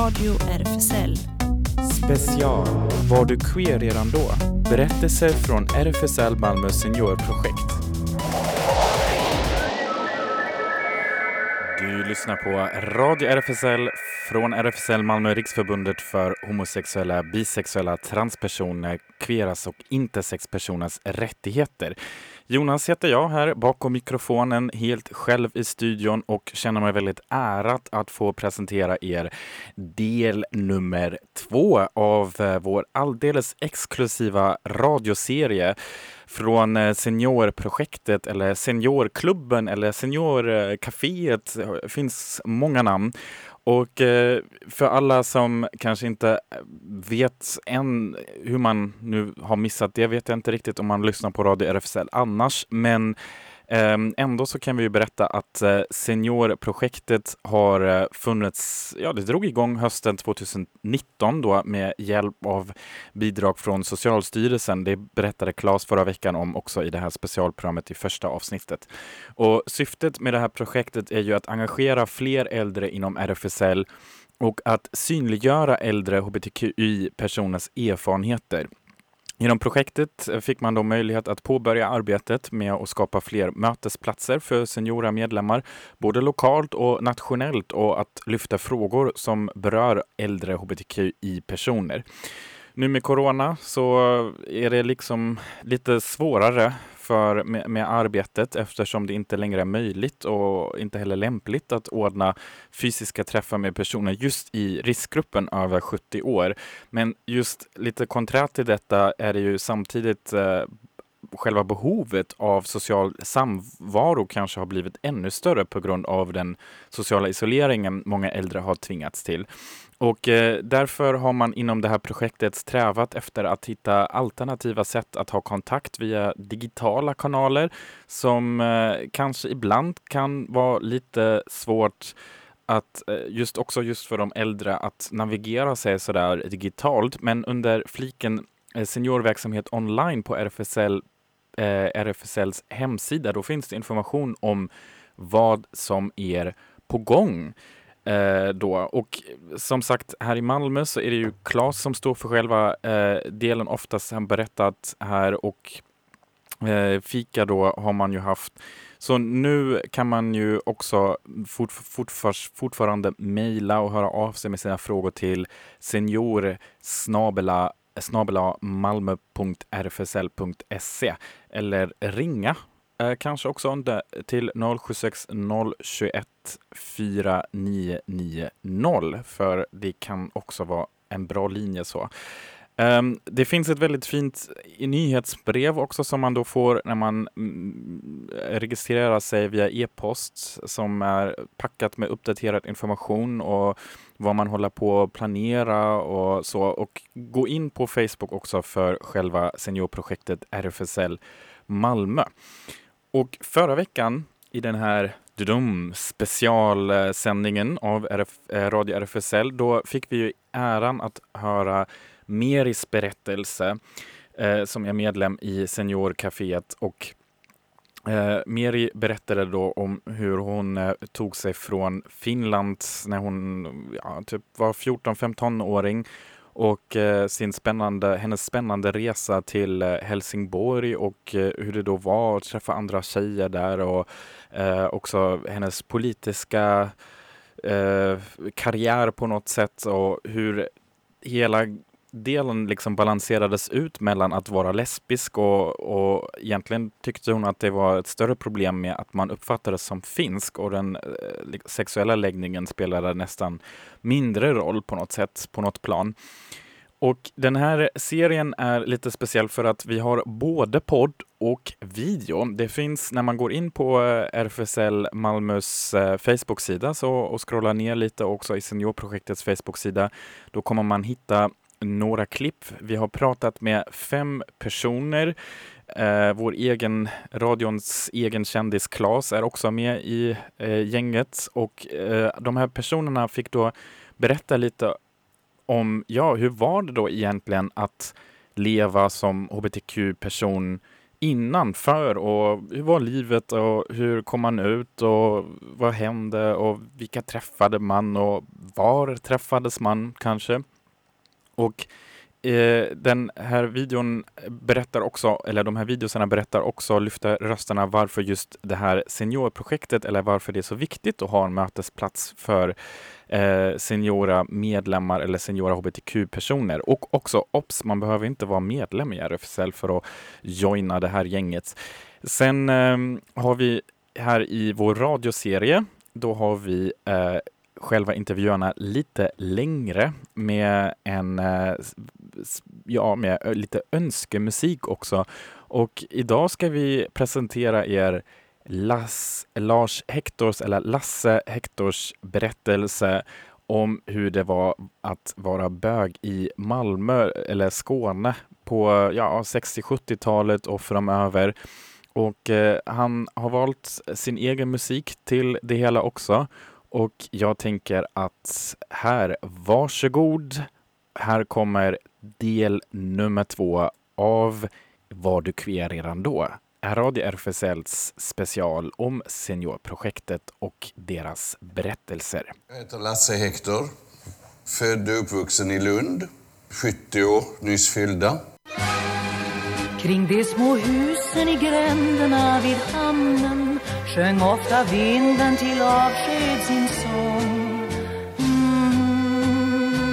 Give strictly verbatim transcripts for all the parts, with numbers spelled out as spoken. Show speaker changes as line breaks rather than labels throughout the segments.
Radio R F S L.
Special. Var du queer redan då? Berättelser från R F S L Malmö seniorprojekt. Du lyssnar på Radio R F S L från R F S L Malmö, Riksförbundet för homosexuella, bisexuella, transpersoner, queeras och intersexpersoners rättigheter. Jonas heter jag här bakom mikrofonen, helt själv i studion, och känner mig väldigt ärad att få presentera er del nummer två av vår alldeles exklusiva radioserie från seniorprojektet eller seniorklubben eller seniorcaféet. Det finns många namn. Och för alla som kanske inte vet än hur man nu har missat det, vet jag inte riktigt om man lyssnar på Radio R F S L annars, men ändå så kan vi ju berätta att seniorprojektet har funnits, ja det drog igång hösten tjugonitton då med hjälp av bidrag från Socialstyrelsen. Det berättade Claes förra veckan om också i det här specialprogrammet i första avsnittet. Och syftet med det här projektet är ju att engagera fler äldre inom R F S L och att synliggöra äldre H B T Q I-personers erfarenheter. Genom projektet fick man då möjlighet att påbörja arbetet med att skapa fler mötesplatser för seniora medlemmar, både lokalt och nationellt, och att lyfta frågor som berör äldre H B T Q I-personer. Nu med corona så är det liksom lite svårare för, med, med arbetet, eftersom det inte längre är möjligt och inte heller lämpligt att ordna fysiska träffar med personer just i riskgruppen över sjuttio år. Men just lite konträrt till detta är det ju samtidigt eh, själva behovet av social samvaro kanske har blivit ännu större på grund av den sociala isoleringen många äldre har tvingats till. Och eh, därför har man inom det här projektet strävat efter att hitta alternativa sätt att ha kontakt via digitala kanaler som eh, kanske ibland kan vara lite svårt att eh, just också just för de äldre att navigera sig sådär digitalt. Men under fliken eh, seniorverksamhet online på R F S L, eh, R F S L:s hemsida, då finns det information om vad som är på gång. Eh, då. Och som sagt, här i Malmö så är det ju Claes som står för själva eh, delen. Oftast har han berättat här, och eh, fika då har man ju haft. Så nu kan man ju också fort, fortfars, fortfarande mejla och höra av sig med sina frågor till senior snabela snabela malmö punkt r f s l punkt se eller ringa. Eh, kanske också under till noll sju sex noll två ett fyra nio nio noll, för det kan också vara en bra linje så. Um, det finns ett väldigt fint nyhetsbrev också som man då får när man mm, registrerar sig via e-post, som är packat med uppdaterad information och vad man håller på att planera och så. Och gå in på Facebook också för själva seniorprojektet R F S L Malmö. Och förra veckan i den här dudum, specialsändningen av R F, Radio R F S L, då fick vi ju äran att höra Meris berättelse eh, som är medlem i seniorcaféet. Och eh, Meri berättade då om hur hon eh, tog sig från Finland när hon ja, typ var fjorton-femton-åring. Och eh, sin spännande, hennes spännande resa till eh, Helsingborg, och eh, hur det då var att träffa andra tjejer där, och eh, också hennes politiska eh, karriär på något sätt, och hur hela delen liksom balanserades ut mellan att vara lesbisk och, och egentligen tyckte hon att det var ett större problem med att man uppfattades som finsk, och den eh, sexuella läggningen spelade nästan mindre roll på något sätt, på något plan. Och den här serien är lite speciell för att vi har både podd och video. Det finns, när man går in på R F S L Malmös Facebook-sida så, och scrollar ner lite, också i seniorprojektets Facebook-sida, då kommer man hitta några klipp. Vi har pratat med fem personer. Eh, vår egen, radions egen kändis Claes är också med i eh, gänget. Och eh, de här personerna fick då berätta lite om, ja, hur var det då egentligen att leva som H B T Q-person innanför, och hur var livet och hur kom man ut och vad hände och vilka träffade man och var träffades man kanske? Och eh, den här videon berättar också, eller de här videorna berättar också, lyfter rösterna varför just det här seniorprojektet, eller varför det är så viktigt att ha en mötesplats för eh, seniora medlemmar eller seniora H B T Q-personer. Och också, ops, man behöver inte vara medlem i R F S L för att joina det här gänget. Sen eh, har vi här i vår radioserie, då har vi eh, själva intervjuerna lite längre med en eh, ja, med lite önskemusik också. Och idag ska vi presentera er Las, Lars Hektors eller Lasse Hektors berättelse om hur det var att vara bög i Malmö eller Skåne på ja, sextio-sjuttiotalet och framöver. Och eh, han har valt sin egen musik till det hela också. Och jag tänker att här, varsågod. Här kommer del nummer två av Var du queer redan då? Radio R F S L:s special om seniorprojektet och deras berättelser.
Jag heter Lasse Hektor, född och uppvuxen i Lund, sjuttio år, nyss fyllda.
Kring de små husen i gränderna vid hamnen sjöng ofta vinden till avsked sin sång. Mm,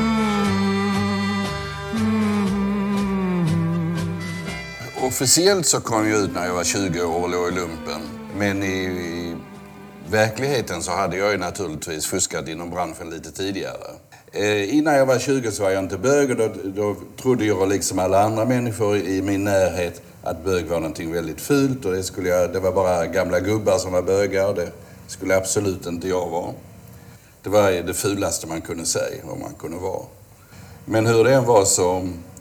mm.
Officiellt så kom jag ut när jag var tjugo år och låg i lumpen. Men i, i verkligheten så hade jag ju naturligtvis fuskat inom branschen lite tidigare. Eh, innan jag var tjugo så var jag inte bög och då, då trodde jag liksom alla andra människor i min närhet att bög var någonting väldigt fult och det, skulle jag, det var bara gamla gubbar som var bögar och det skulle absolut inte jag vara. Det var det fulaste man kunde säga om man kunde vara. Men hur det än var så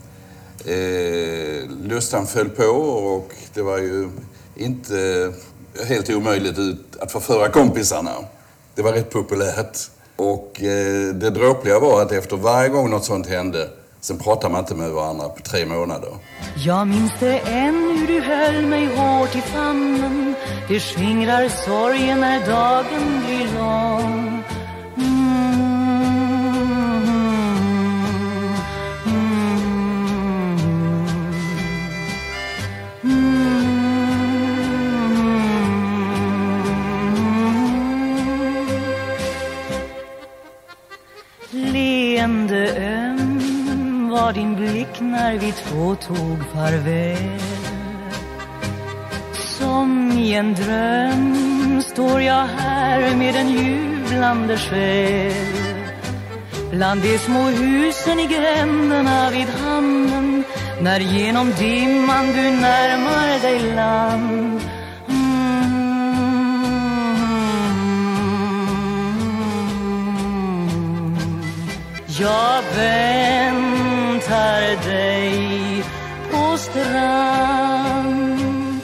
eh, lustan föll på och det var ju inte helt omöjligt ut att förföra kompisarna. Det var rätt populärt. Och eh, det dråpliga var att efter varje gång något sånt hände, sen pratade man inte med varandra på tre månader.
Jag minns det än hur du höll mig hårt i famnen. Det skingrar sorgen när dagen blir lång. Mm, mm, mm, Leende öm var din blick när vi två tog farväl. Som i en dröm står jag här med en jublande själ. Bland de små husen i gränderna vid hamnen, när genom dimman du närmar dig land. Jag väntar dig på strand.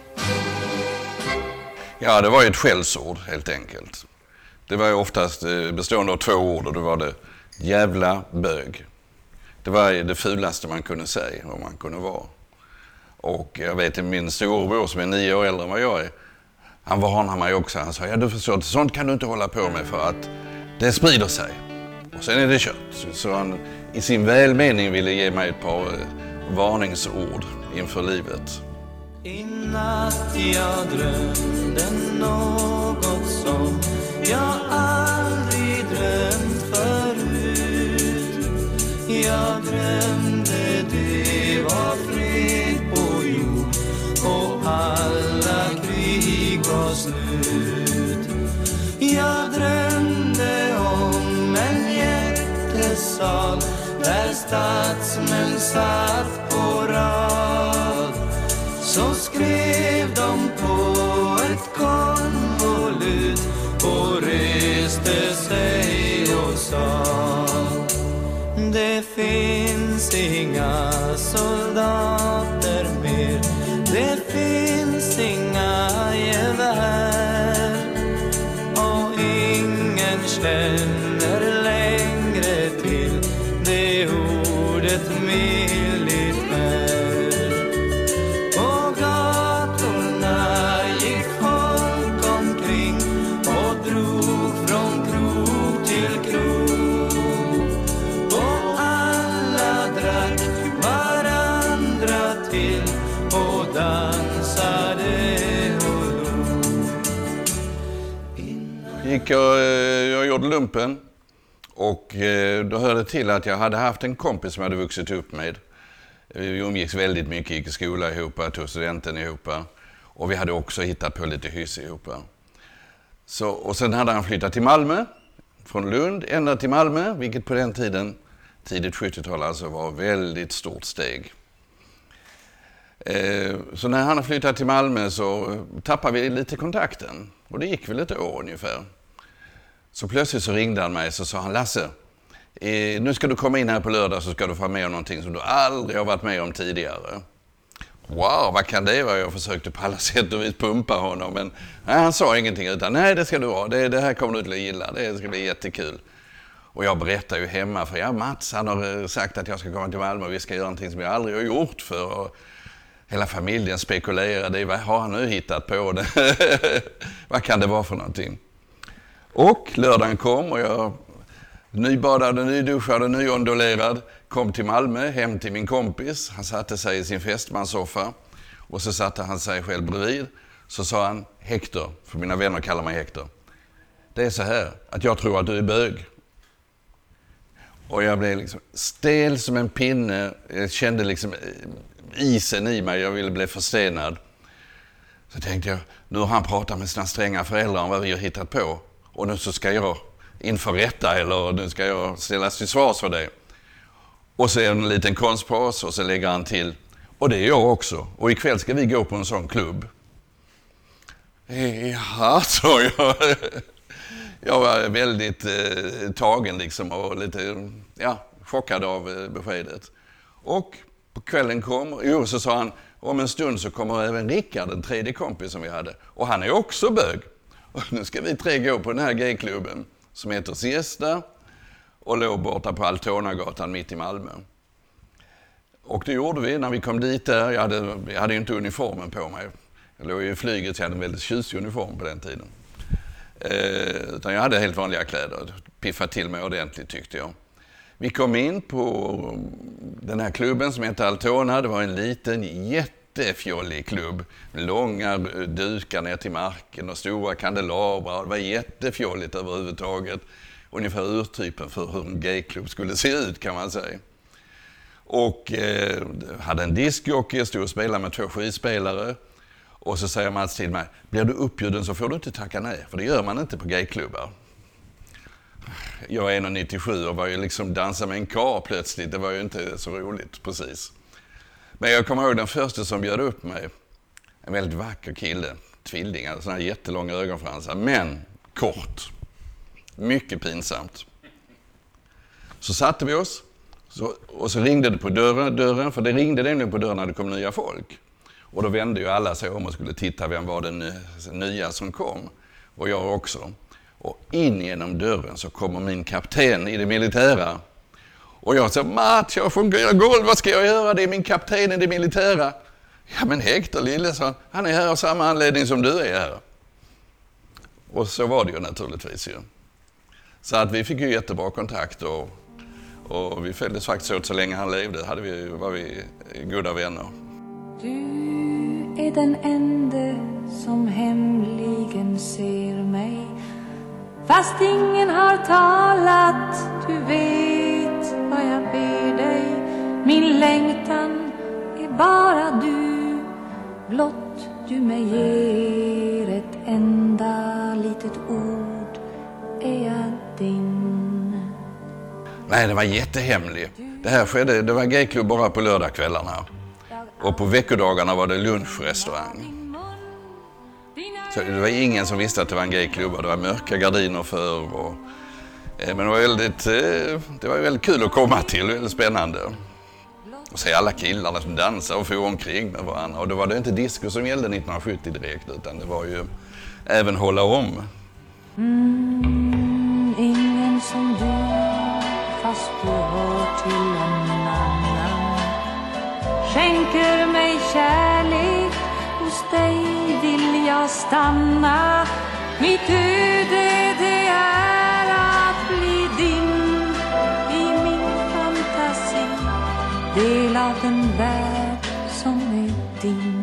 Ja, det var ju ett skällsord helt enkelt. Det var ju oftast bestående av två ord och det var det jävla bög. Det var det fulaste man kunde säga vad man kunde vara. Och jag vet min storebror som är nio år äldre än vad jag är, han varnade mig också. Han sa, ja du förstår, sånt kan du inte hålla på med för att det sprider sig. Och sen är det kört. Så han i sin välmening ville ge mig ett par eh, varningsord inför livet.
I natt jag drömde något som jag aldrig drömt förut. Jag drömde det var fred på jord och alla krig var slut. Jag drömde om en jättesal där statsmän satt på rad. Så skrev de på ett konvolut och reste sig och sa: det finns inga soldater mer, det finns inga gevär, och ingen känner längre till det ordet militär. På gatorna gick folk omkring och drog från krog till krog.
gick jag, jag gjorde lumpen och då hörde det till att jag hade haft en kompis som jag hade vuxit upp med. Vi umgicks väldigt mycket, gick i skola ihop, tog studenten ihop och vi hade också hittat på lite hyss ihop. Så, och sen hade han flyttat till Malmö, från Lund ända till Malmö, vilket på den tiden, tidigt sjuttiotal alltså, var ett väldigt stort steg. Eh, så när han flyttade till Malmö så tappade vi lite kontakten och det gick väl ett år ungefär. Så plötsligt så ringde han mig och så sa han: Lasse, eh, nu ska du komma in här på lördag så ska du få med om någonting som du aldrig har varit med om tidigare. Wow, vad kan det vara? Jag försökte på alla sätt och vis pumpa honom, men nej, han sa ingenting utan nej, det ska du ha, det, det här kommer du att gilla, det ska bli jättekul. Och jag berättar ju hemma för ja, Mats han har sagt att jag ska komma till Malmö och vi ska göra någonting som jag aldrig har gjort för. Och hela familjen spekulerade i vad har han nu hittat på det? Vad kan det vara för någonting? Och lördagen kom och jag nybadad, nyduschad och nyondolerad kom till Malmö, hem till min kompis. Han satte sig i sin fästmanssoffa och så satte han sig själv bredvid. Så sa han: Hector, för mina vänner kallar mig Hector. Det är så här att jag tror att du är bög. Och jag blev liksom stel som en pinne. Jag kände liksom isen i mig, jag ville bli förstenad. Så tänkte jag, nu har han pratat med sina stränga föräldrar om vad vi har hittat på. Och nu så ska jag inför rätta eller nu ska jag ställas till svars för det. Och så är en liten konstpaus och så lägger han till: och det är jag också. Och ikväll ska vi gå på en sån klubb. Jaha, så jag. Jag var väldigt eh, tagen liksom och lite ja, chockad av eh, beskedet. Och på kvällen kom, jo så sa han, om en stund så kommer även Rickard, den tredje kompis som vi hade. Och han är också bög. Och nu ska vi tre gå på den här gayklubben som heter Siesta och låg borta på Altonagatan mitt i Malmö. Och det gjorde vi när vi kom dit där. Jag hade, jag hade ju inte uniformen på mig. Jag låg i flyget, så jag hade en väldigt tjusig uniform på den tiden. Eh, utan jag hade helt vanliga kläder. Piffat till mig ordentligt tyckte jag. Vi kom in på den här klubben som heter Altona. Det var en liten jättefjollig klubb. Långa dukar ner till marken och stora kandelabrar. Det var jättefjolligt överhuvudtaget. Ungefär urtypen för hur en gayklubb skulle se ut kan man säga. Och eh, hade en diskjockey, stod och spelade med två skivspelare. Och så säger Mats till mig: blir du uppbjuden så får du inte tacka nej. För det gör man inte på gayklubbar. Jag är en komma nittiosju och var ju liksom dansa med en kar plötsligt. Det var ju inte så roligt precis. Men jag kommer ihåg den första som bjöd upp mig. En väldigt vacker kille. Tvilling, alltså sådana här jättelånga ögonfransar. Men kort. Mycket pinsamt. Så satte vi oss. Så, och så ringde det på dörren, dörren. För det ringde nämligen på dörren när det kom nya folk. Och då vände ju alla sig om och skulle titta vem var den nya som kom. Och jag också. Och in genom dörren så kommer min kapten i det militära. Och jag sa: Mats, jag fungerar golv, vad ska jag göra? Det är min kapten i det militära. Ja men Hector lille, sa han, han är här av samma anledning som du är här. Och så var det ju naturligtvis ju. Så att vi fick ju jättebra kontakt och, och vi följdes faktiskt åt så länge han levde. Hade vi, var vi goda vänner.
Du är den enda som hemligen ser mig. Fast ingen har talat, du vet vad jag ber dig. Min längtan är bara du. Blott du mig ger ett enda litet ord är jag din.
Nej, det var jättehemligt. Det här skedde, det var gayklubb bara på lördagskvällarna. Och på veckodagarna var det lunchrestaurang. Så det var ingen som visste att det var en gayklubb. Det var mörka gardiner för. Och, eh, men det var, väldigt, eh, det var väldigt kul att komma till. Väldigt spännande. Och se alla killarna som dansade och for omkring med varandra. Och då var det inte disco som gällde nittonhundrasjuttio direkt. Utan det var ju även hålla om.
Mm, ingen som du, fast du hör till en annan. Skänker mig kärlek, hos dig vill jag stanna. Mitt öde det är att bli din. I min fantasi dela den värld som är din.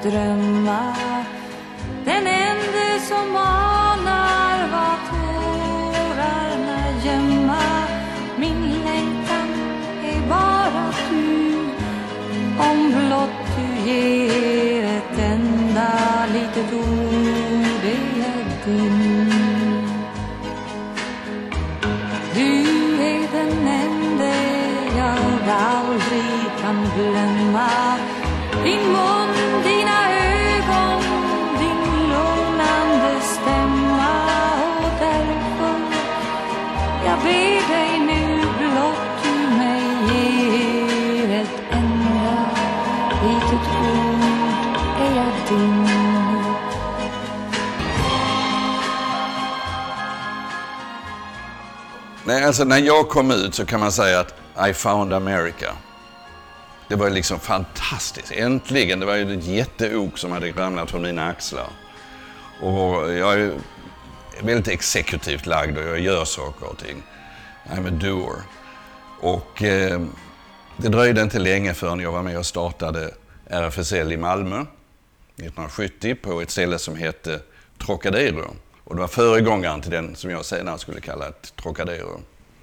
att drömma. Den enda som anar vad tårarna gömma. Min längtan är bara du. Om blott du ger ett enda litet ord är jag din. Du är den enda jag aldrig kan glömma. Din mun, dina ögon, din lugnande stämma. Och därför jag ber dig nu blott du mig ger ett enda litet ord är jag din.
Nej, alltså när jag kom ut så kan man säga att I found America. Det var liksom fantastiskt. Äntligen, det var ju ett jätteok som hade ramlat från mina axlar. Och jag är väldigt exekutivt lagd och jag gör saker och ting. I'm a doer. Och eh, det dröjde inte länge förrän jag var med och startade R F S L i Malmö nittonhundrasjuttio på ett ställe som hette Trocadero. Och det var föregångaren till den som jag senare skulle kalla ett Trocadero.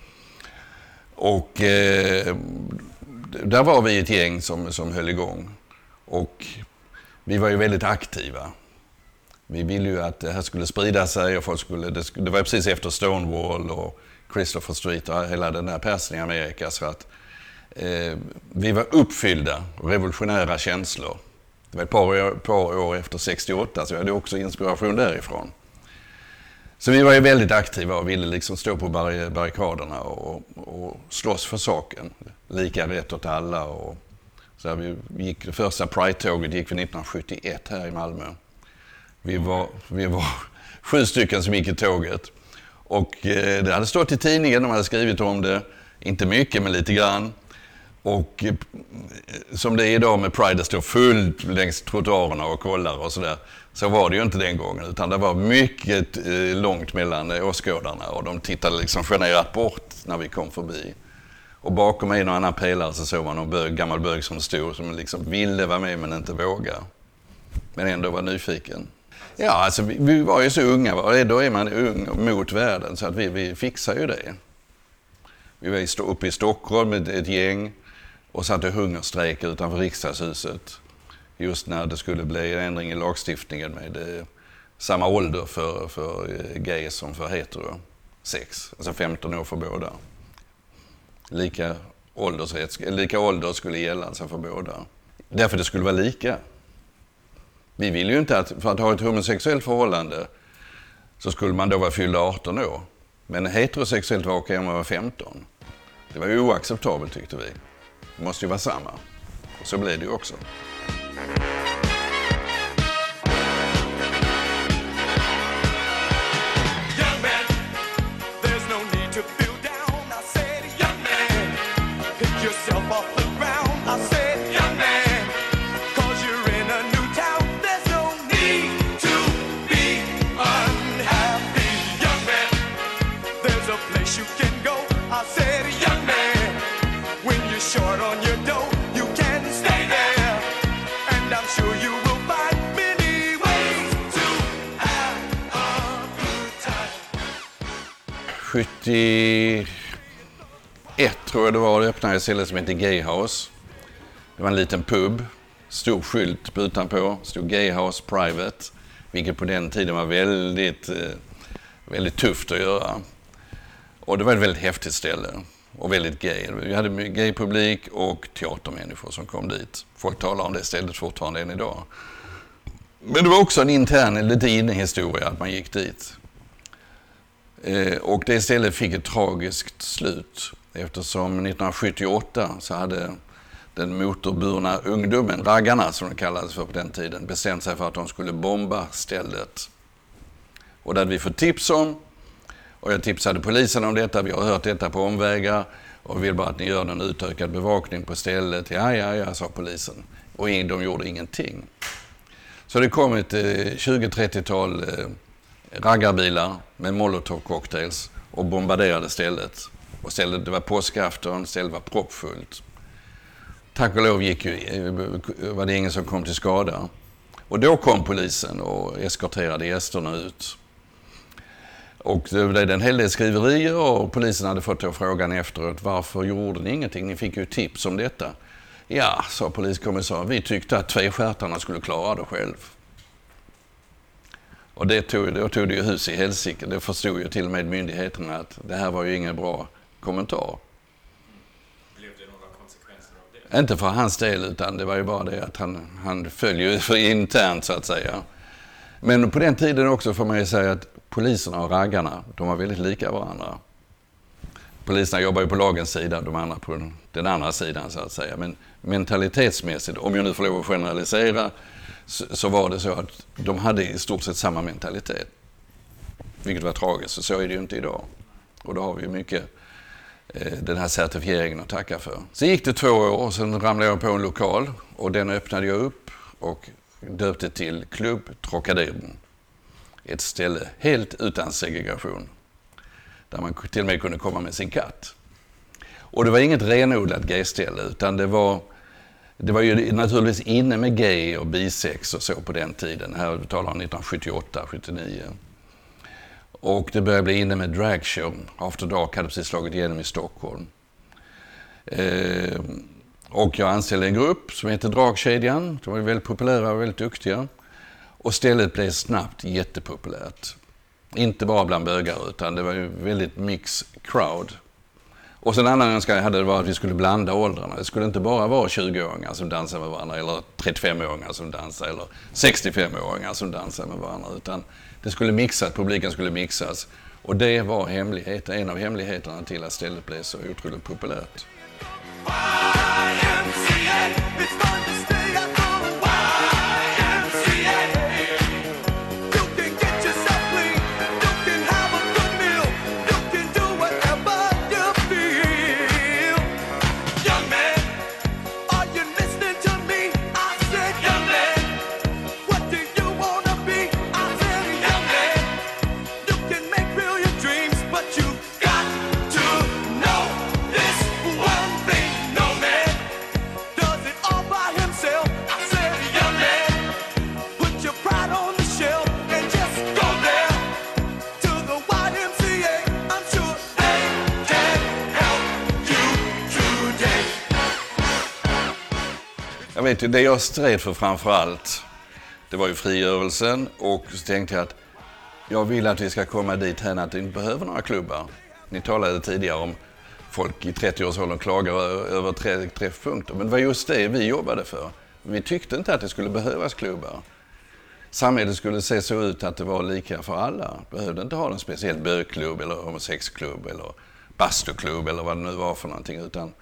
Och eh, där var vi ett gäng som, som höll igång. Och vi var ju väldigt aktiva. Vi ville ju att det här skulle sprida sig och folk skulle... Det, det var precis efter Stonewall och Christopher Street och hela den där pärsen i Amerika. Så att eh, vi var uppfyllda och revolutionära känslor. Det var ett par år, par år efter sextioåtta så jag hade också inspiration därifrån. Så vi var ju väldigt aktiva och ville liksom stå på bar- barrikaderna och, och slåss för saken. Lika rätt åt alla. Och så här, vi gick, det första Pride-tåget gick vi nittonhundrasjuttioett här i Malmö. Vi var, vi var sju stycken som gick i tåget. Och eh, det hade stått i tidningen, de hade skrivit om det. Inte mycket, men lite grann. Och eh, som det är idag med Pride, det står fullt längs trottoarerna och kollar och sådär. Så var det ju inte den gången, utan det var mycket eh, långt mellan eh, åskådarna och de tittade liksom generat bort när vi kom förbi. Och bakom en och annan pelare så såg man en bög, gammal bög som stod som liksom ville vara med men inte våga. Men ändå var nyfiken. Ja, alltså vi, vi var ju så unga, va? Då är man ung mot världen så att vi, vi fixar ju det. Vi var uppe i Stockholm med ett gäng och satte hungerstrejk utanför riksdagshuset. Just när det skulle bli en ändring i lagstiftningen med eh, samma ålder för, för eh, gay som för heterosex. Alltså femton år för båda. Lika, åldersrätt, lika ålder skulle gälla alltså för båda. Därför det skulle vara lika. Vi vill ju inte att för att ha ett homosexuellt förhållande så skulle man då vara fyllda arton år. Men heterosexuellt var okej om man var femton. Det var ju oacceptabelt tyckte vi. Det måste ju vara samma. Och så blev det ju också. sjuttioett tror jag det var, det öppnade ett ställe som heter Gay House. Det var en liten pub, stor skylt utanpå, stod Gay House Private, vilket på den tiden var väldigt, väldigt tufft att göra. Och det var ett väldigt häftigt ställe och väldigt gay. Vi hade gaypublik och teatermänniskor som kom dit. Folk talar om det stället fortfarande än idag. Men det var också en intern, lite innehistoria att man gick dit. Eh, och det istället fick ett tragiskt slut eftersom nittonhundrasjuttioåtta så hade den motorburna ungdomen, raggarna som de kallades för på den tiden, bestämt sig för att de skulle bomba stället. Och det hade vi fått tips om och jag tipsade polisen om detta, vi har hört detta på omvägar och vill bara att ni gör någon utökad bevakning på stället. Ja, ja, ja, sa polisen. Och de gjorde ingenting. Så det kom ett eh, tjugo-trettiotal eh, raggarbilar med molotov-cocktails och bombarderade stället. Och stället, det var påskafton, stället var proppfullt. Tack och lov gick ju, var det ingen som kom till skada. Och då kom polisen och eskorterade gästerna ut. Och det blev en hel del skriverier och polisen hade fått då frågan efteråt, varför gjorde ni ingenting? Ni fick ju tips om detta. Ja, sa poliskommissarien, vi tyckte att tvestjärtarna skulle klara det själv. Och det tog, då tog det ju hus i helsike. Det förstod ju till och med myndigheterna att det här var ju ingen bra kommentar.
Blev det några konsekvenser av det?
Inte för hans del, utan det var ju bara det att han, han följer för internt så att säga. Men på den tiden också får man ju säga att poliserna och raggarna, de var väldigt lika varandra. Poliserna jobbar ju på lagens sida, de andra på den andra sidan så att säga. Men mentalitetsmässigt, om jag nu får lov att generalisera, så, så var det så att de hade i stort sett samma mentalitet. Vilket var tragiskt, så så är det ju inte idag. Och då har vi ju mycket eh, den här certifieringen att tacka för. Så gick det två år och sen ramlade jag på en lokal och den öppnade jag upp och döpte till Klubb Trocadero. Ett ställe helt utan segregation. Där man till och med kunde komma med sin katt. Och det var inget renodlat gayställe utan det var, det var ju naturligtvis inne med gay och bisex och så på den tiden. Här talar om nittonhundrasjuttioåtta sjuttionio. Och det började bli inne med dragshow. After Dark hade precis slagit igenom i Stockholm. Eh, och jag anställde en grupp som heter Dragkedjan. De var väldigt populära och väldigt duktiga. Och stället blev snabbt jättepopulärt. Inte bara bland bögar utan det var ju väldigt mix crowd. Och sen en annan önskan jag hade det var att vi skulle blanda åldrarna. Det skulle inte bara vara tjugo-åringar som dansar med varandra eller trettiofem-åringar som dansar eller sextiofem-åringar som dansar med varandra. Utan det skulle mixas, publiken skulle mixas. Och det var hemligheten, en av hemligheterna till att stället blev så otroligt populärt. Jag vet ju, det jag stred för framför allt, det var ju frigörelsen och så tänkte jag att jag vill att vi ska komma dit här att vi inte behöver några klubbar. Ni talade tidigare om folk i trettio-årsåldern klagar över träffpunkter, men det var just det vi jobbade för. Vi tyckte inte att det skulle behövas klubbar. Samhället skulle se så ut att det var lika för alla. Behövde inte ha en speciell bögklubb eller homosexklubb eller bastuklubb eller vad det nu var för någonting, utan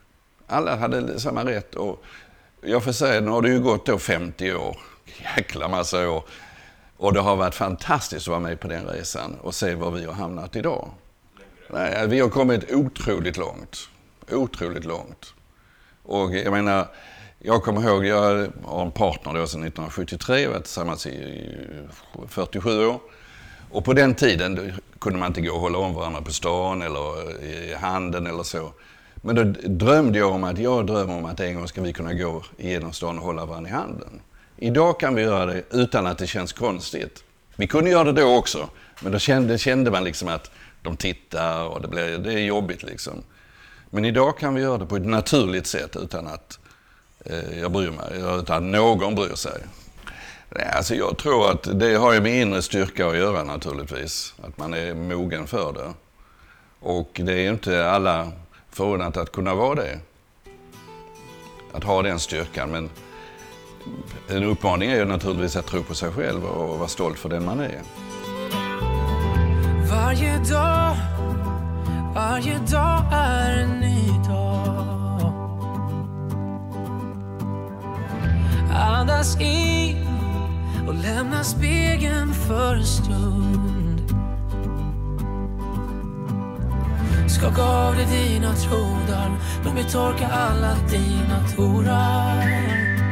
alla hade samma rätt. Och jag får säga, nu har det ju gått då femtio år, jäkla massa år. Och det har varit fantastiskt att vara med på den resan och se var vi har hamnat idag. Nej, vi har kommit otroligt långt. Otroligt långt. Och jag menar, jag kommer ihåg, jag har en partner då sedan nittonhundrasjuttiotre, jag var tillsammans i fyrtiosju år. Och på den tiden kunde man inte gå och hålla om varandra på stan eller i handen eller så. Men då drömde jag om att jag drömmer om att en gång ska vi kunna gå igenom stan och hålla varandra i handen. Idag kan vi göra det utan att det känns konstigt. Vi kunde göra det då också, men då kände, kände man liksom att de tittar och det, blir, det är jobbigt liksom. Men idag kan vi göra det på ett naturligt sätt utan att eh, jag bryr mig, utan att någon bryr sig. Alltså jag tror att det har ju med inre styrka att göra naturligtvis, att man är mogen för det. Och det är ju inte alla förunnat att kunna vara det. Att ha den styrkan, men en uppmaning är ju naturligtvis att tro på sig själv och vara stolt för den man är.
Varje dag, varje dag är en ny dag. Andas in och lämna spegeln för en stund. Skaka av dig dina trådar, låt mig torka alla dina tårar.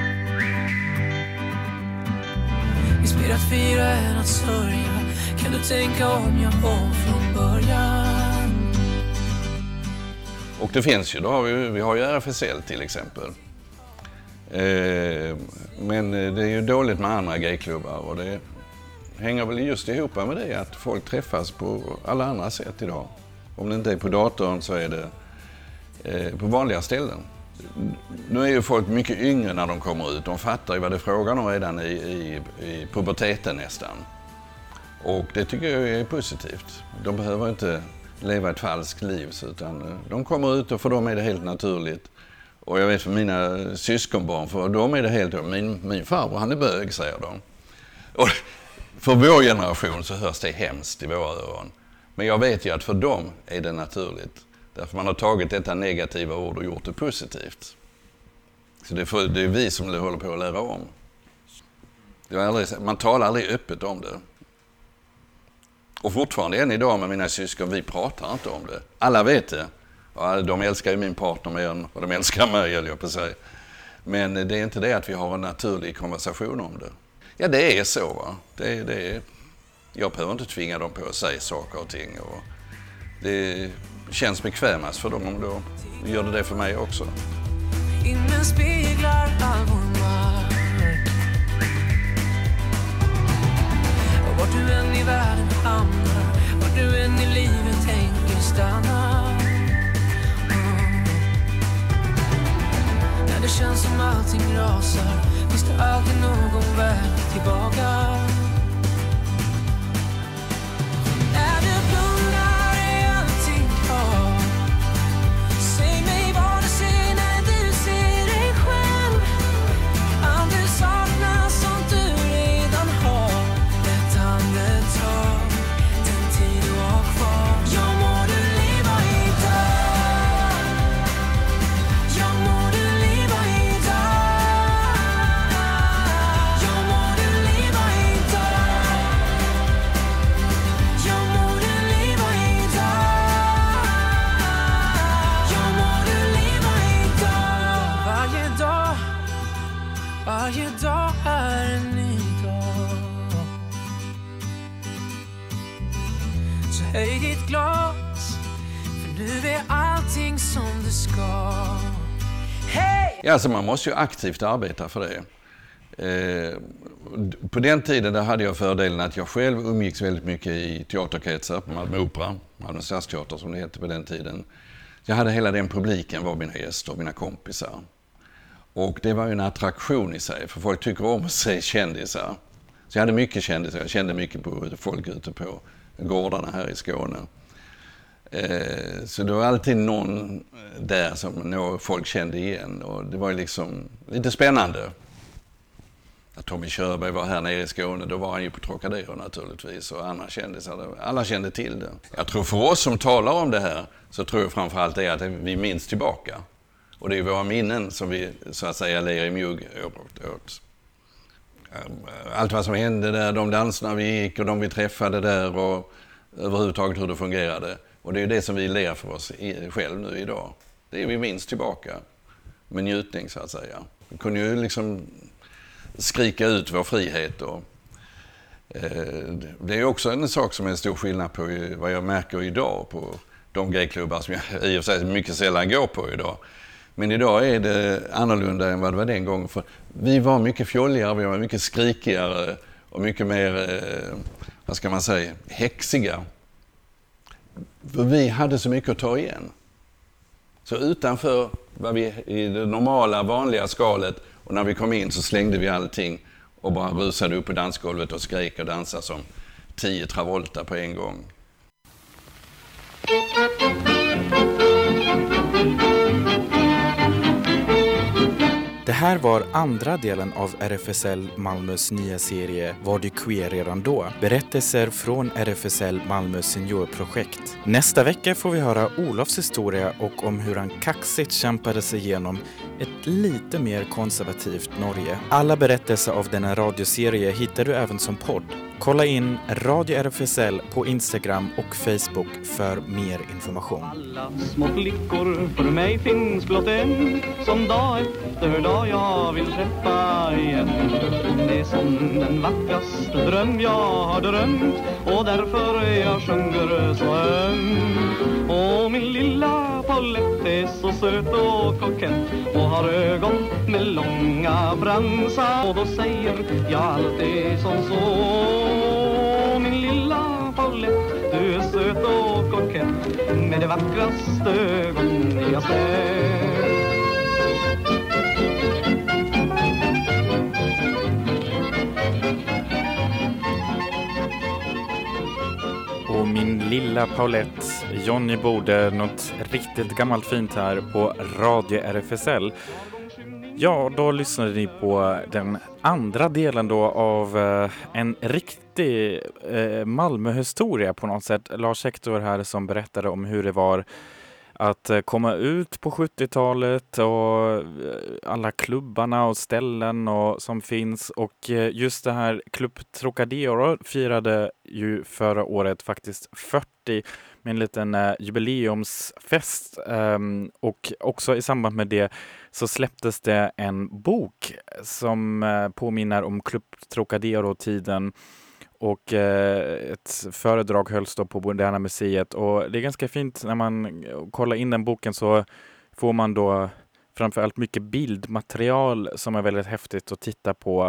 Visst blir att fira än att sörja, kan du tänka om jag var från början.
Och det finns ju, då har vi, vi har ju R F S L till exempel. Eh, men det är ju dåligt med andra gayklubbar och det hänger väl just ihop med det att folk träffas på alla andra sätt idag. Om det inte är på datorn så är det eh, på vanliga ställen. Nu är ju folk mycket yngre när de kommer ut. De fattar ju vad det är frågan om redan i, i, i puberteten nästan. Och det tycker jag är positivt. De behöver inte leva ett falskt liv utan de kommer ut och för dem är det helt naturligt. Och jag vet för mina syskonbarn, för dem är det helt... Min, min farbror, han är bög, säger de. Och för vår generation så hörs det hemskt i våra öron. Men jag vet ju att för dem är det naturligt. Därför man har tagit detta negativa ord och gjort det positivt. Så det är, för, det är vi som det håller på att lära om. Det är aldrig, man talar aldrig öppet om det. Och fortfarande än idag med mina syskon, vi pratar inte om det. Alla vet det. Ja, de älskar ju min partner mer än vad de älskar mig, eller jag på sig. Men det är inte det att vi har en naturlig konversation om det. Ja, det är så, va. Det, det är, jag behöver inte tvinga dem på att säga saker och ting. Och det känns bekvämast för dem om då gör det det för mig också.
Himlen speglar all vår mark. Och vart du än i världen hamnar, vart du än i livet tänker stanna. Mm. När det känns som allting rasar, finns det alltid någon väg tillbaka. När du blundar är allting kvar. Säg mig vad du ser när du ser dig själv. Allt du saknar som du redan har. Ett andetag, den tid du har kvar. Jag må du leva idag. Jag må du leva idag. Jag må du leva idag. Jag må du leva idag. Jag må du leva idag. Varje dag, varje dag är en ny dag. Så höj ditt glas, för nu är allting som det ska. Hej!
Ja, alltså man måste ju aktivt arbeta för det. Eh, på den tiden där hade jag fördelen att jag själv umgicks väldigt mycket i teaterkretsar på Malmö Opera, Malmö Stadsteater som det hette på den tiden. Jag hade hela den publiken var mina gäster och mina kompisar. Och det var ju en attraktion i sig, för folk tycker om att se kändisar. Så jag hade mycket kändisar, jag kände mycket på folk ute på gårdarna här i Skåne. Eh, så det var alltid någon där som folk kände igen och det var ju liksom lite spännande. Att Tommy Körberg var här nere i Skåne, då var han ju på Trocadero naturligtvis och andra kändisar, alla kände till det. Jag tror för oss som talar om det här så tror jag framförallt det är att vi minns tillbaka. Och det är våra minnen som vi så att säga ler i mjugg åt. Allt vad som hände där, de danserna vi gick och de vi träffade där och överhuvudtaget hur det fungerade. Och det är det som vi ler för oss själv nu idag. Det är vi minns tillbaka med njutning så att säga. Vi kunde ju liksom skrika ut vår frihet. Och, eh, det är också en sak som är en stor skillnad på vad jag märker idag på de gayklubbar som jag i och för sig mycket sällan går på idag. Men idag är det annorlunda än vad det var den gången. För vi var mycket fjolligare, vi var mycket skrikigare och mycket mer, eh, vad ska man säga, häxiga. För vi hade så mycket att ta igen. Så utanför var vi i det normala, vanliga skalet och när vi kom in så slängde vi allting och bara rusade upp på dansgolvet och skrek och dansade som tio Travolta på en gång.
Det här var andra delen av R F S L Malmös nya serie Var du queer redan då? Berättelser från R F S L Malmös seniorprojekt. Nästa vecka får vi höra Olofs historia och om hur han kaxigt kämpade sig igenom ett lite mer konservativt Norge. Alla berättelser av denna radioserie hittar du även som podd. Kolla in Radio R F S L på Instagram och Facebook för mer information.
Alla små flickor för mig finns blott en som dag efter dag jag vill träffa igen. Det är som den vackraste dröm jag har drömt och därför jag sjunger så öm. Och min lilla Paulette är så söt och kokett och har ögon med långa fransar. Och då säger jag alltid som så: min lilla Paulette, du är söt och kokett med de vackraste ögon jag ser.
Och min lilla Paulette, Johnny Bode, något riktigt gammalt fint här på Radio R F S L. Ja, då lyssnade ni på den andra delen då av eh, en riktig eh, Malmö-historia på något sätt. Lars Hector här som berättade om hur det var att eh, komma ut på sjuttiotalet och eh, alla klubbarna och ställen och, som finns. Och eh, just det här Club Trocadero firade ju förra året faktiskt fyrtio med en liten eh, jubileumsfest. Um, och också i samband med det så släpptes det en bok som eh, påminner om Club Trocadero-tiden. Och eh, ett föredrag hölls då på Moderna Museet. Och det är ganska fint när man kollar in den boken, så får man då framförallt mycket bildmaterial som är väldigt häftigt att titta på.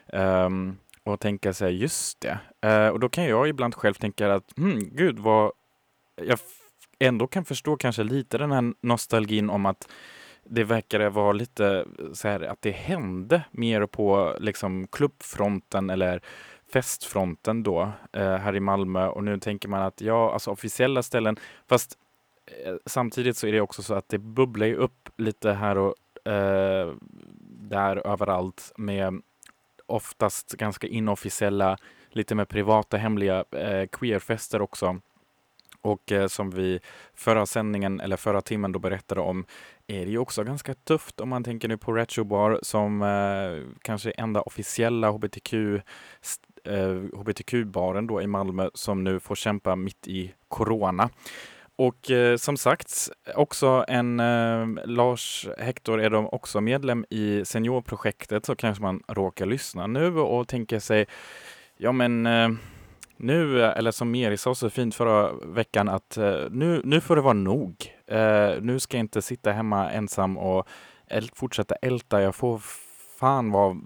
Um, och tänka sig, just det. Uh, och då kan jag ibland själv tänka att, hmm, gud vad jag f- ändå kan förstå kanske lite den här nostalgin om att det verkar vara lite så här att det hände mer på liksom klubbfronten eller festfronten då eh, här i Malmö. Och nu tänker man att ja, alltså officiella ställen, fast eh, samtidigt så är det också så att det bubblar ju upp lite här och eh, där överallt med oftast ganska inofficiella, lite mer privata, hemliga eh, queerfester också. Och eh, som vi förra sändningen eller förra timmen då berättade om, är det ju också ganska tufft om man tänker nu på Retro Bar som eh, kanske enda officiella H B T Q eh, H B T Q-baren då i Malmö som nu får kämpa mitt i corona. Och eh, som sagt, också en eh, Lars Hector är de också medlem i seniorprojektet, så kanske man råkar lyssna nu och tänka sig, ja men eh, nu, eller som Meri sa så fint förra veckan, att uh, nu, nu får det vara nog. Uh, nu ska jag inte sitta hemma ensam och äl- fortsätta älta. Jag får fan vara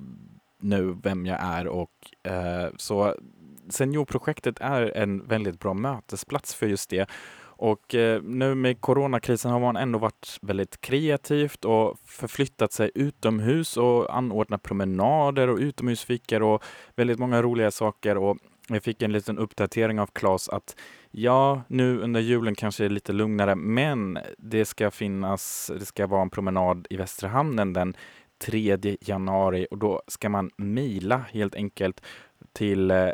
nu vem jag är. Och uh, så seniorprojektet är en väldigt bra mötesplats för just det. Och uh, nu med coronakrisen har man ändå varit väldigt kreativt och förflyttat sig utomhus och anordnat promenader och utomhusfikor och väldigt många roliga saker. Och jag fick en liten uppdatering av Claes att ja, nu under julen kanske det är lite lugnare, men det ska finnas, det ska vara en promenad i Västra hamnen den tredje januari och då ska man mejla helt enkelt till eh,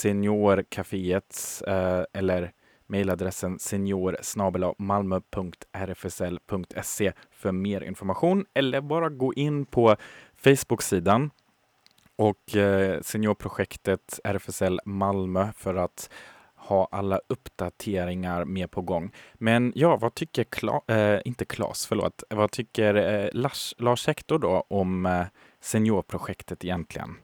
seniorcaféet eh, eller mejladressen senior snabel-a malmö punkt r f s l punkt s e för mer information, eller bara gå in på Facebook-sidan och eh, seniorprojektet R F S L Malmö för att ha alla uppdateringar med på gång. Men ja, vad tycker Kla- äh, inte Claes, förlåt. Vad tycker äh, Lars, Lars Hector då om äh, seniorprojektet egentligen?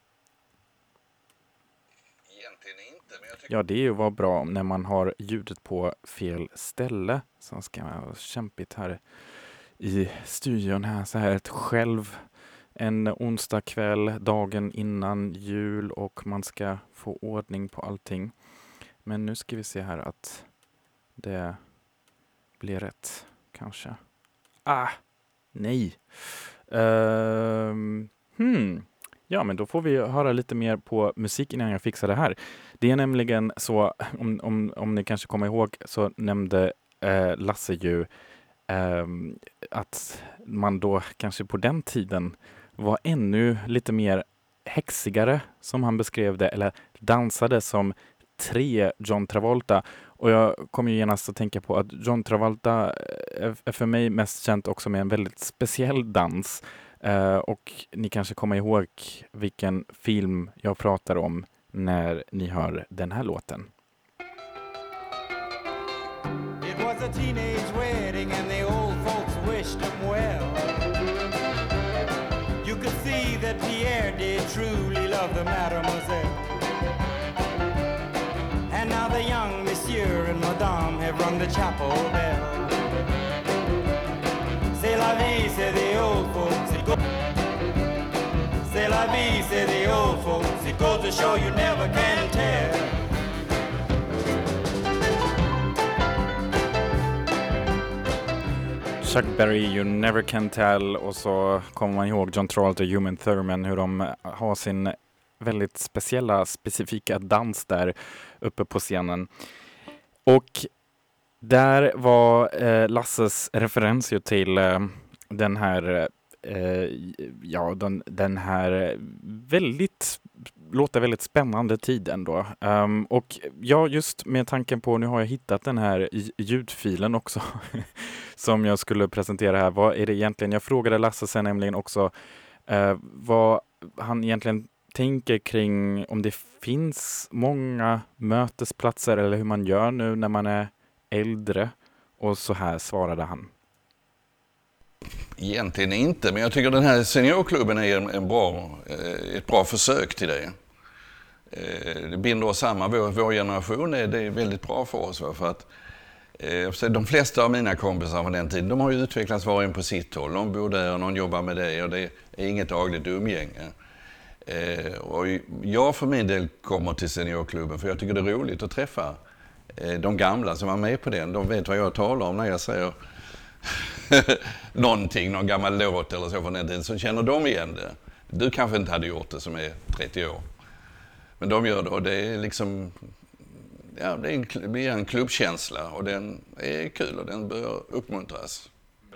Egentligen inte, men jag tycker...
Ja, det är ju var bra när man har ljudet på fel ställe. Så ska man ha kämpigt här i studion här så här ett själv. En onsdag kväll, dagen innan jul, och man ska få ordning på allting. Men nu ska vi se här att det blir rätt, kanske. Ah, nej. Uh, hmm. Ja, men då får vi höra lite mer på musik innan jag fixar det här. Det är nämligen så, om, om, om ni kanske kommer ihåg, så nämnde uh, Lasse ju uh, att man då kanske på den tiden var ännu lite mer häxigare, som han beskrev det, eller dansade som tre John Travolta. Och jag kommer ju genast att tänka på att John Travolta är för mig mest känt också med en väldigt speciell dans. Uh, och ni kanske kommer ihåg vilken film jag pratar om när ni hör den här låten.
It was a teenage wedding and the old folks wished them well. You could see that Pierre did truly love the mademoiselle. And now the young monsieur and madame have rung the chapel bell. say the old folks. It go- C'est la vie, say the old folks. It goes to show you never can tell.
Chuck Berry, You Never Can Tell, och så kommer man ihåg John Travolta och Uma Thurman, hur de har sin väldigt speciella, specifika dans där uppe på scenen. Och där var eh, Lasses referens ju till eh, den här eh, ja, den, den här väldigt låter väldigt spännande tid ändå. Um, och ja, just med tanken på, nu har jag hittat den här ljudfilen också som jag skulle presentera här. Vad är det egentligen? Jag frågade Lasse sen nämligen också uh, vad han egentligen tänker kring om det finns många mötesplatser eller hur man gör nu när man är äldre. Och så här svarade han.
Egentligen inte, men jag tycker den här seniorklubben är en, en bra, ett bra försök till det. Det binder oss samman. Vår, vår generation är, det är väldigt bra för oss. För att, de flesta av mina kompisar från den tiden, de har ju utvecklats var och en på sitt håll. Någon bor där och någon jobbar med det och det är inget dagligt umgänge. Och jag för min del kommer till seniorklubben för jag tycker det är roligt att träffa de gamla som var med på den. De vet vad jag talar om när jag säger någonting, någon gammal låt eller så från den tiden, så känner de igen det. Du kanske inte hade gjort det som är trettio år. Men de gör det och det är liksom, ja, det, är en, det blir en klubbkänsla och den är kul och den bör uppmuntras.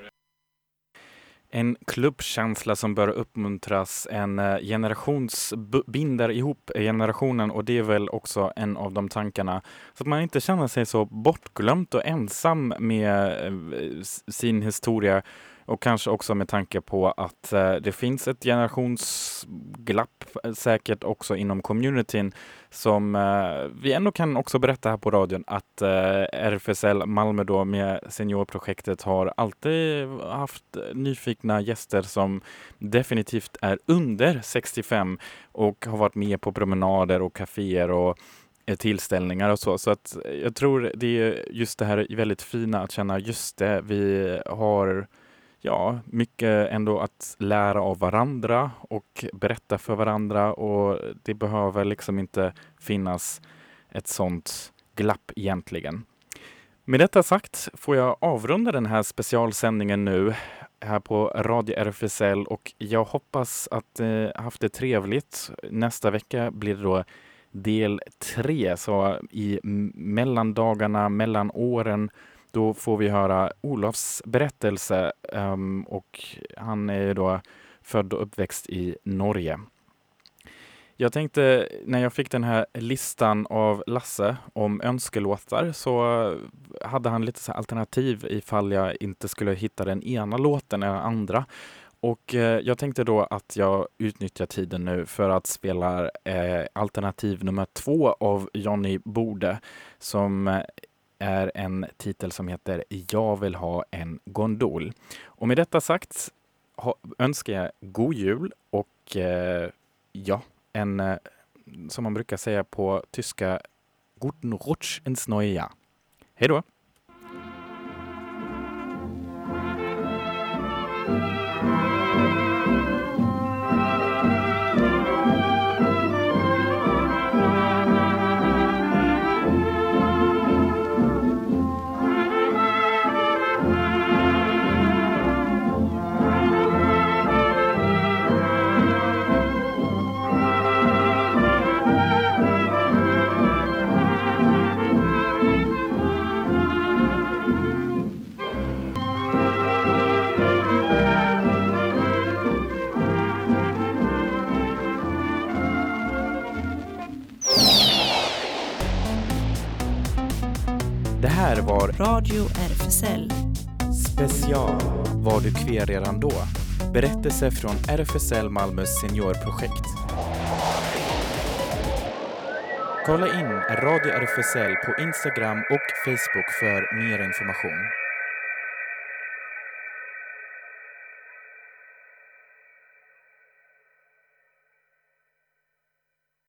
En klubbkänsla som bör uppmuntras, en generations binder ihop generationen, och det är väl också en av de tankarna. Så att man inte känner sig så bortglömt och ensam med sin historia, och kanske också med tanke på att det finns ett generationsglapp säkert också inom communityn som vi ändå kan också berätta här på radion att R F S L Malmö då med seniorprojektet har alltid haft nyfikna gäster som definitivt är under sextiofem och har varit med på promenader och kaféer och tillställningar och så. Så att jag tror det är just det här väldigt fina att känna, just det, vi har ja, mycket ändå att lära av varandra och berätta för varandra, och det behöver liksom inte finnas ett sånt glapp egentligen. Med detta sagt får jag avrunda den här specialsändningen nu här på Radio R F S L, och jag hoppas att ni eh, haft det trevligt. Nästa vecka blir det då del tre, så i mellandagarna, mellan åren, då får vi höra Olofs berättelse, um, och han är då född och uppväxt i Norge. Jag tänkte, när jag fick den här listan av Lasse om önskelåtar, så hade han lite så här alternativ ifall jag inte skulle hitta den ena låten eller andra. Och eh, jag tänkte då att jag utnyttjar tiden nu för att spela eh, alternativ nummer två av Johnny Bode, som eh, är en titel som heter Jag vill ha en gondol. Och med detta sagt ha, önskar jag god jul och eh, ja, en eh, som man brukar säga på tyska, Guten Rutsch ins neue Jahr. Hej då! Det här var
Radio R F S L
Special. Var du queer redan då? Berättelse från R F S L Malmös seniorprojekt. Kolla in Radio R F S L på Instagram och Facebook för mer information.